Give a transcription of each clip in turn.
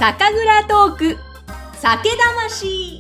酒蔵トーク酒魂。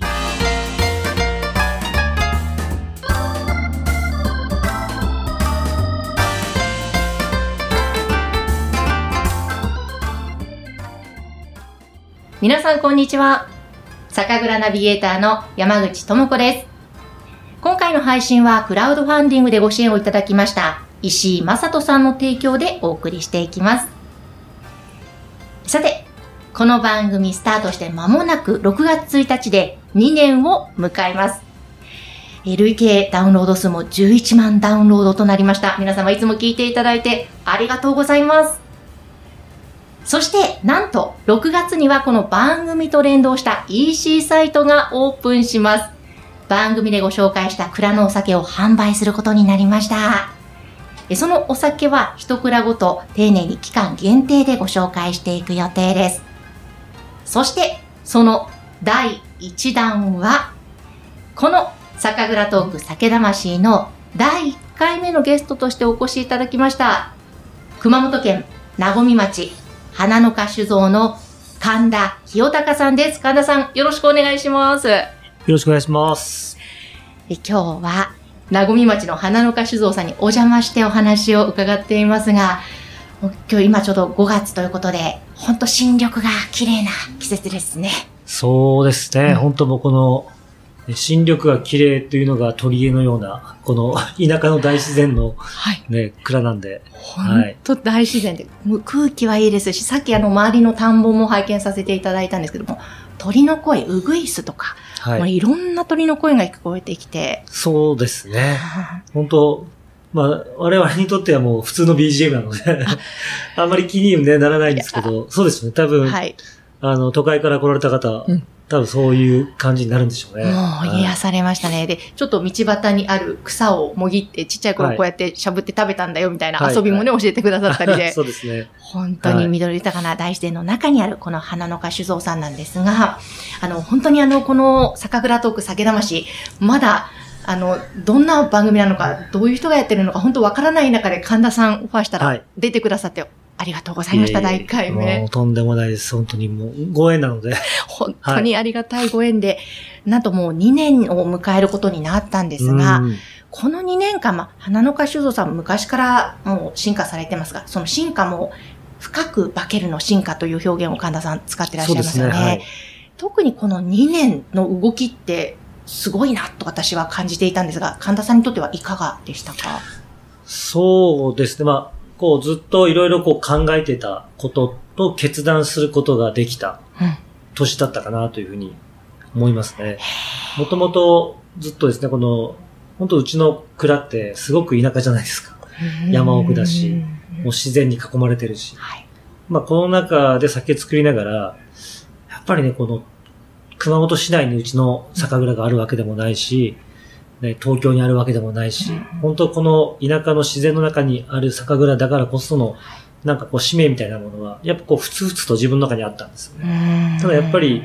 皆さんこんにちは。酒蔵ナビゲーターの山口智子です。今回の配信はクラウドファンディングでご支援をいただきました石井正人さんの提供でお送りしていきます。さて、この番組スタートして間もなく6月1日で2年を迎えます。累計ダウンロード数も11万ダウンロードとなりました。皆様いつも聞いていただいてありがとうございます。そしてなんと6月にはこの番組と連動した EC サイトがオープンします。番組でご紹介した蔵のお酒を販売することになりました。そのお酒は一蔵ごと丁寧に期間限定でご紹介していく予定です。そしてその第1弾はこの酒蔵トーク酒魂の第1回目のゲストとしてお越しいただきました熊本県和水町花の花酒造の神田清隆さんです。神田さん、よろしくお願いします。 よろしくお願いします。 今日は和水町の花の花酒造さんにお邪魔してお話を伺っていますが、今日今ちょうど5月ということで、本当新緑が綺麗な季節ですね。 そうですね。本当もうこの新緑が綺麗というのが取り柄のような、この田舎の大自然の、ね、蔵なんで。 本当大自然で、空気はいいですし、さっき周りの田んぼも拝見させていただいたんですけども、鳥の声、ウグイスとか、もういろんな鳥の声が聞こえてきて。 そうですね。本当我々にとってはもう普通の BGM なので、あんまり気に、ね、ならないんですけど、そうですね。多分、都会から来られた方、多分そういう感じになるんでしょうね。 もう癒されましたね。で、ちょっと道端にある草をもぎって、ちっちゃい頃こうやってしゃぶって食べたんだよみたいな遊びもね、教えてくださったりで。 そうですね。 本当に緑豊かな大自然の中にあるこの花の花酒造さんなんですが、本当にこの酒蔵トーク酒魂、まだ、どんな番組なのか、どういう人がやってるのか、本当わからない中で神田さんオファーしたら出てくださって、ありがとうございました、第1回目。 もうとんでもないです。本当にもうご縁なので。 本当にありがたいご縁で、なんともう2年を迎えることになったんですが、この2年間、花の花酒造さん昔からもう進化されてますが、その進化も深く化けるの進化という表現を神田さん使ってらっしゃいますよね。そうですね。特にこの2年の動きってすごいなと私は感じていたんですが、神田さんにとってはいかがでしたか？ そうですね。ずっといろいろ考えてたことと決断することができた年だったかなというふうに思いますね。もともとずっとですね、本当うちの蔵ってすごく田舎じゃないですか。山奥だし、もう自然に囲まれてるし。この中で酒作りながら、やっぱりね、熊本市内にうちの酒蔵があるわけでもないし、ね、東京にあるわけでもないし、本当この田舎の自然の中にある酒蔵だからこその、使命みたいなものは、やっぱふつふつと自分の中にあったんですよね。ただやっぱり、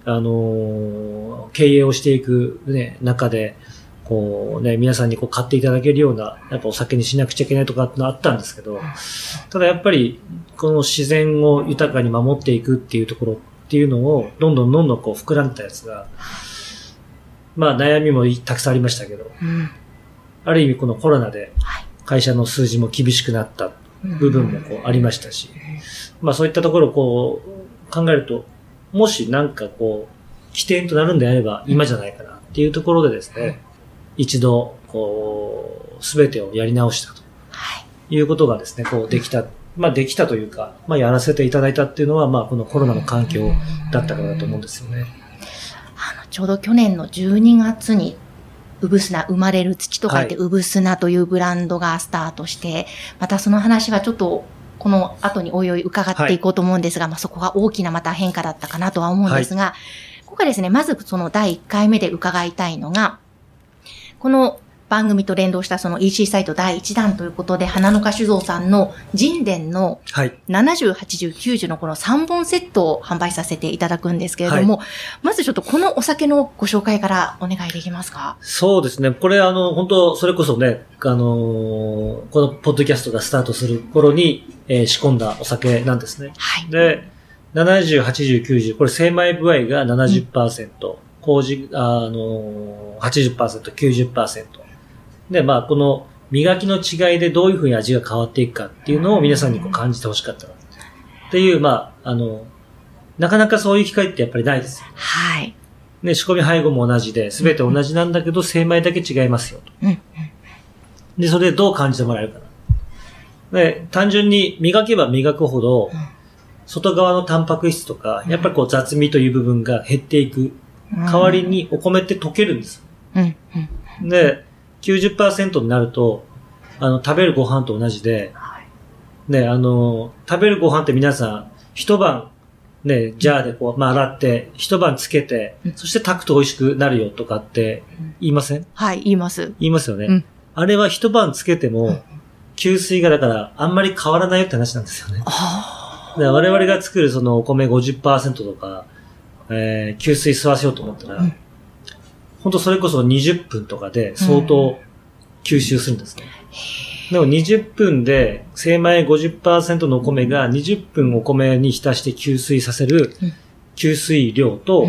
経営をしていくね、中で、皆さんに買っていただけるような、やっぱお酒にしなくちゃいけないとかってのあったんですけど、ただやっぱり、この自然を豊かに守っていくっていうところっていうのを、どんどん膨らんだやつが、悩みもたくさんありましたけど、ある意味このコロナで会社の数字も厳しくなった部分もありましたし、そういったところを考えると、もし起点となるんであれば今じゃないかなっていうところでですね、一度すべてをやり直したということがですね、できたというか、やらせていただいたっていうのは、このコロナの環境だったからだと思うんですよね。 ちょうど去年の12月に、うぶすな、生まれる土と書いて、うぶすなというブランドがスタートして、またその話はちょっと、この後においおい伺っていこうと思うんですが、そこが大きなまた変化だったかなとは思うんですが、今回ですね、まずその第1回目で伺いたいのが、この番組と連動したその EC サイト第1弾ということで、花の花酒造さんの神殿の70、80、90のこの3本セットを販売させていただくんですけれども、まずちょっとこのお酒のご紹介からお願いできますか？ そうですね。これ本当それこそね、このポッドキャストがスタートする頃に、仕込んだお酒なんですね。で、 70、80、90、これ精米具合が 70%、麹、80%、90%。で、まあ、この磨きの違いでどういうふうに味が変わっていくかっていうのを皆さんにこう感じてほしかったな。っていう、まあ、なかなかそういう機会ってやっぱりないですよ。 はい。 ね、仕込み配合も同じで、すべて同じなんだけど、精米だけ違いますよと。で、それでどう感じてもらえるかな。で、単純に磨けば磨くほど、外側のタンパク質とか、やっぱりこう雑味という部分が減っていく。代わりにお米って溶けるんです。で、90% になると、食べるご飯と同じで、ね、食べるご飯って皆さん、一晩、ね、ジャーでこう、まあ、洗って、一晩つけて、そして炊くと美味しくなるよとかって言いません？ はい、言います。 言いますよね。あれは一晩つけても、吸水がだからあんまり変わらないよって話なんですよね。で我々が作るそのお米 50% とか、吸水吸わせようと思ったら、本当それこそ20分とかで相当吸収するんですね。でも20分で精米 50% のお米が20分お米に浸して吸水させる吸水量と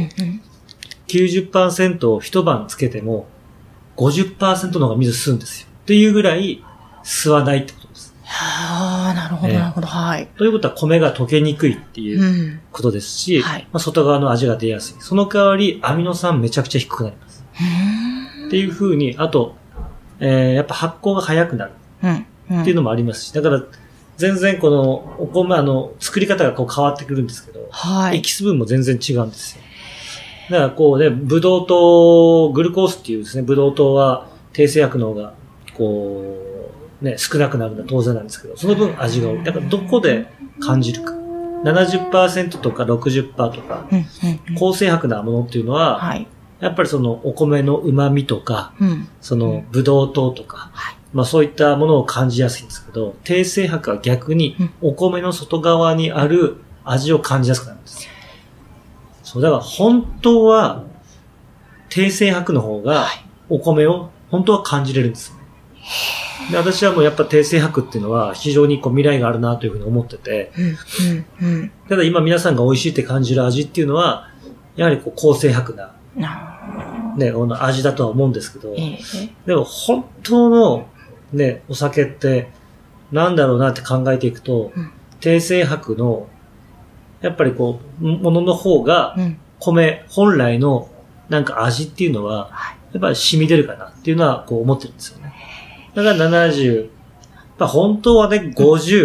90% を一晩つけても 50% の方が水吸うんですよ。っていうぐらい吸わないってことです。 はあ、なるほど、なるほど。はい。 ということは米が溶けにくいっていうことですし、まあ、外側の味が出やすい。その代わりアミノ酸めちゃくちゃ低くなります。っていう風に、あと、やっぱ発酵が早くなる。っていうのもありますし、だから全然このお米作り方がこう変わってくるんですけど、エキス分も全然違うんですよ。だからこうね、ブドウ糖、グルコースっていうですね、ブドウ糖は低精白の方がこうね、少なくなるのは当然なんですけど、その分味が多い。だからどこで感じるか。70% とか 60% とか、高精白なものっていうのは、やっぱりそのお米の旨味とか、そのブドウ糖とか、まあそういったものを感じやすいんですけど、低精白は逆にお米の外側にある味を感じやすくなるんですよ。そう、だから本当は低精白の方がお米を本当は感じれるんですよね。で、私はもうやっぱ低精白っていうのは非常にこう未来があるなというふうに思ってて、ただ今皆さんが美味しいって感じる味っていうのは、やはりこう高精白な、ね、味だとは思うんですけど、でも本当のね、お酒ってなんだろうなって考えていくと、低精白のやっぱりこうものの方が米本来のなんか味っていうのはやっぱり染み出るかなっていうのはこう思ってるんですよね。だから70、本当はね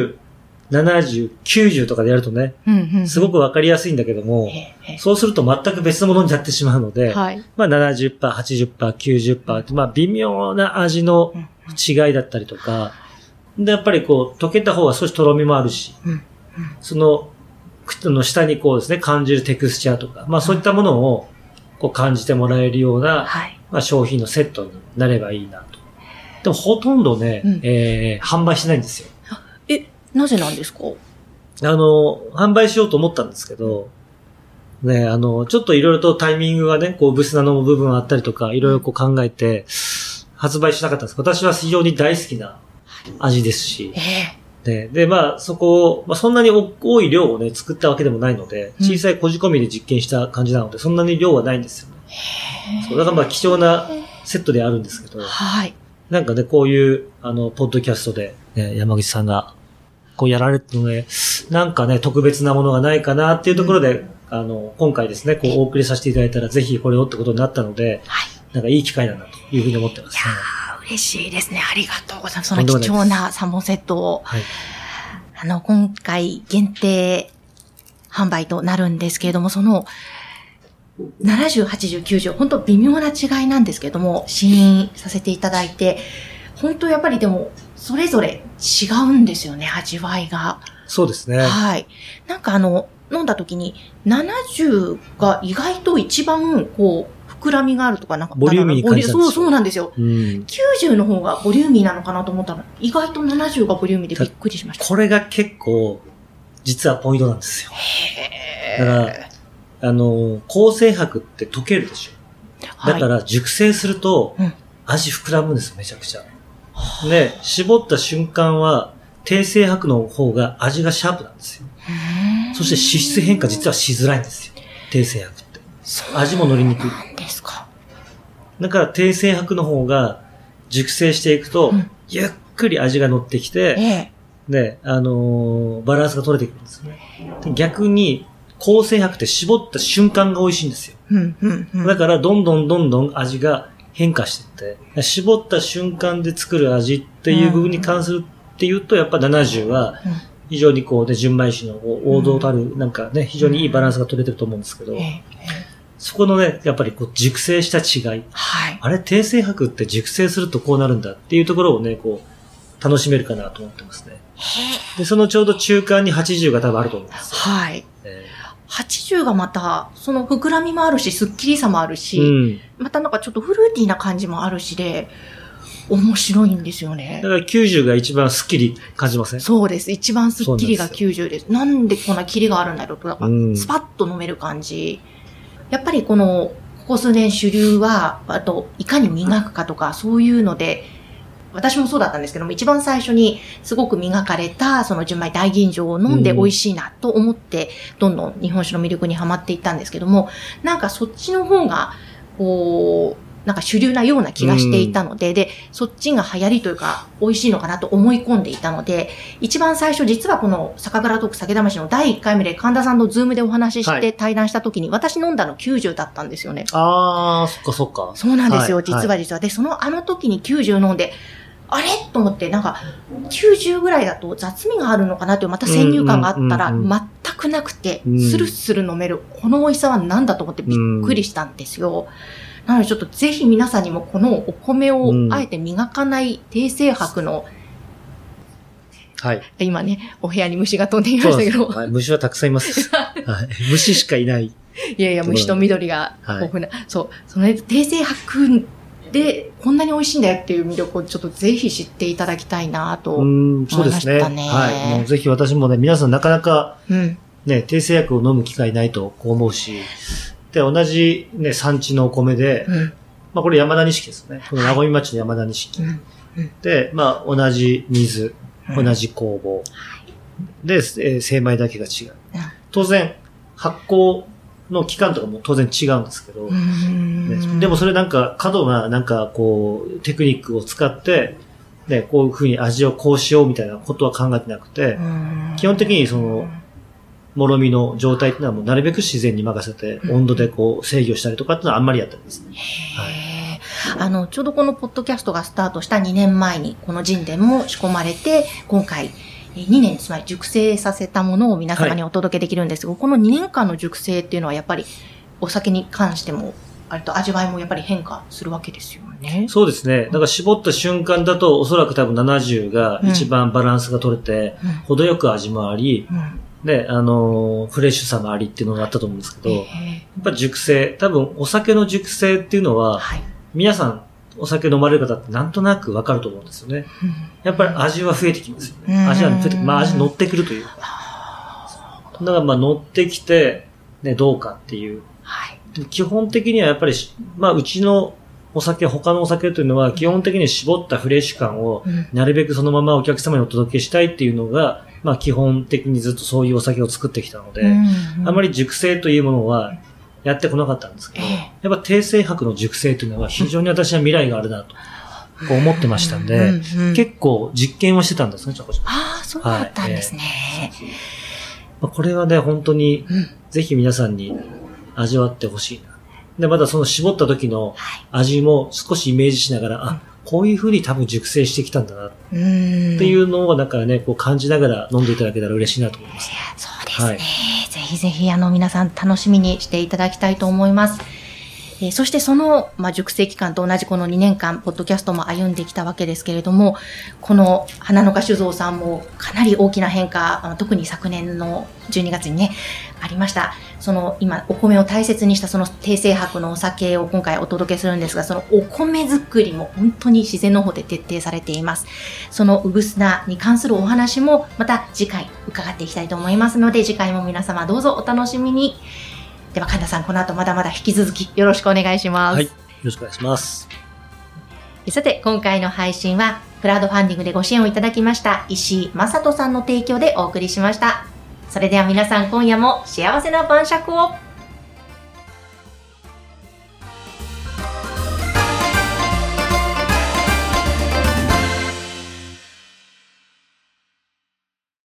50、70、90とかでやるとね、すごくわかりやすいんだけども、そうすると全く別のものになってしまうので、まあ 70%、80%、90% って、まあ微妙な味の違いだったりとか、で、やっぱりこう、溶けた方が少しとろみもあるし、その下にこうですね、感じるテクスチャーとか、まあそういったものをこう感じてもらえるような、まあ商品のセットになればいいなと。でもほとんどね、販売してないんですよ。 なぜなんですか？ 販売しようと思ったんですけど、ね、ちょっといろいろとタイミングがね、こう、ブスなの部分あったりとか、いろいろこう考えて、発売しなかったんです。私は非常に大好きな味ですし、で、まあ、そこを、まあ、そんなに多い量をね、作ったわけでもないので、小さいこじ込みで実験した感じなので、そんなに量はないんですよね。そう、だからまあ、貴重なセットであるんですけど、なんかね、こういう、ポッドキャストで、ね、山口さんが、こうやられてるので、なんかね、特別なものがないかなっていうところで、今回ですね、こうお送りさせていただいたら、ぜひこれをってことになったので、なんかいい機会だなというふうに思ってます、ね。 いやー、嬉しいですね。ありがとうございます。その貴重な3本セットを、今回限定販売となるんですけれども、その、70、80、90、本当微妙な違いなんですけれども、試飲させていただいて、本当やっぱりでも、それぞれ違うんですよね、味わいが。 そうですね。 はい。なんか飲んだ時に、70が意外と一番、こう、膨らみがあるとか、なんか、 ボリューミーに感じたんですよ。 そうなんですよ。90の方がボリューミーなのかなと思ったら、意外と70がボリューミーでびっくりしました。 これが結構、実はポイントなんですよ。だから、高精白って溶けるでしょ。だから、熟成すると、味膨らむんですよ、めちゃくちゃ。で、絞った瞬間は、低精白の方が味がシャープなんですよ。そそして脂質変化実はしづらいんですよ。低精白って。味も乗りにくい。 なんですか。 だから低精白の方が熟成していくと、ゆっくり味が乗ってきて、で、バランスが取れてくるんですね。逆に、高精白って絞った瞬間が美味しいんですよ。だから、どんどん味が変化していって、絞った瞬間で作る味っていう部分に関するっていうと、やっぱ70は、非常にこうね、純米酒の王道たる、なんかね、非常にいいバランスが取れてると思うんですけど、そこのね、やっぱりこう熟成した違い。あれ、低精白って熟成するとこうなるんだっていうところをね、こう、楽しめるかなと思ってますね。で、そのちょうど中間に80が多分あると思うんですよ。 80がまた、その膨らみもあるし、スッキリさもあるし、またなんかちょっとフルーティーな感じもあるしで、面白いんですよね。 だから90が一番スッキリ感じません？ そうです。一番スッキリが90です。なんでこんなキリがあるんだろうと、なんかスパッと飲める感じ。やっぱりここ数年主流は、あと、いかに磨くかとか、そういうので、私もそうだったんですけども、一番最初にすごく磨かれた、その純米大吟醸を飲んで美味しいなと思って、どんどん日本酒の魅力にはまっていったんですけども、なんかそっちの方が、こう、なんか主流なような気がしていたので、で、そっちが流行りというか、美味しいのかなと思い込んでいたので、一番最初、実はこの酒蔵トーク酒魂の第1回目で神田さんのズームでお話しして対談した時に、私飲んだの90だったんですよね。 あー、そっかそっか。 そうなんですよ、実は。で、あの時に90飲んで、あれと思って、なんか、90ぐらいだと雑味があるのかなという、また先入観があったら、全くなくて、スルスル飲める、この美味しさは何だと思ってびっくりしたんですよ。なのでちょっとぜひ皆さんにもこのお米をあえて磨かない低精白の、今ね、お部屋に虫が飛んでいましたけど。 虫はたくさんいます。虫しかいない。 いやいや、虫と緑が豊富な。そう、その低精白でこんなに美味しいんだよっていう魅力をちょっとぜひ知っていただきたいなと思いましたね。そうですね。 もうぜひ私もね、皆さんなかなかね、低精白を飲む機会ないと思うし、で、同じね、産地のお米で、これ山田錦ですね。この名古屋町の山田錦。で、同じ水、同じ酵母。で、精米だけが違う。当然、発酵の期間とかも当然違うんですけど、でもそれなんか、過度ななんかこう、テクニックを使って、ね、こういう風に味をこうしようみたいなことは考えてなくて、基本的にその、もろみの状態っていうのはもうなるべく自然に任せて、温度でこう制御したりとかっていうのはあんまりやったんですね。 ちょうどこのポッドキャストがスタートした2年前に、この人伝も仕込まれて、今回、2年、つまり熟成させたものを皆様にお届けできるんですが、この2年間の熟成っていうのはやっぱり、お酒に関しても、割と味わいもやっぱり変化するわけですよね。 そうですね。だから絞った瞬間だと、おそらく多分70が一番バランスが取れて、程よく味もあり、で、フレッシュさもありっていうのがあったと思うんですけど、やっぱ熟成、多分お酒の熟成っていうのは、皆さんお酒飲まれる方ってなんとなくわかると思うんですよね。やっぱり味は増えてきますよね。味は増えて、味乗ってくるというか。だから乗ってきて、ね、どうかっていう。基本的にはやっぱり、うちのお酒、他のお酒というのは基本的に絞ったフレッシュ感をなるべくそのままお客様にお届けしたいっていうのが、基本的にずっとそういうお酒を作ってきたので、あまり熟成というものはやってこなかったんですけど、やっぱ低精白の熟成というのは非常に私は未来があるなと思ってましたんで、結構実験をしてたんですね、ちょこちょこ。 ああ、そうだったんですね。 これはね、本当にぜひ皆さんに味わってほしいな。で、まだその絞った時の味も少しイメージしながら、こういう風に多分熟成してきたんだなっていうのをだからね、こう感じながら飲んでいただけたら嬉しいなと思います。 そうですね。ぜひぜひ皆さん楽しみにしていただきたいと思います。そしてその、熟成期間と同じこの2年間、ポッドキャストも歩んできたわけですけれども、この花の花酒造さんもかなり大きな変化、特に昨年の12月にね、ありました。その今、お米を大切にしたその低精白のお酒を今回お届けするんですが、そのお米作りも本当に自然の方で徹底されています。そのうぐすなに関するお話もまた次回伺っていきたいと思いますので、次回も皆様どうぞお楽しみに。では神田さん、この後まだまだ引き続きよろしくお願いします。 はい、よろしくお願いします。 さて、今回の配信はクラウドファンディングでご支援をいただきました石井正人さんの提供でお送りしました。 それでは皆さん今夜も幸せな晩酌を。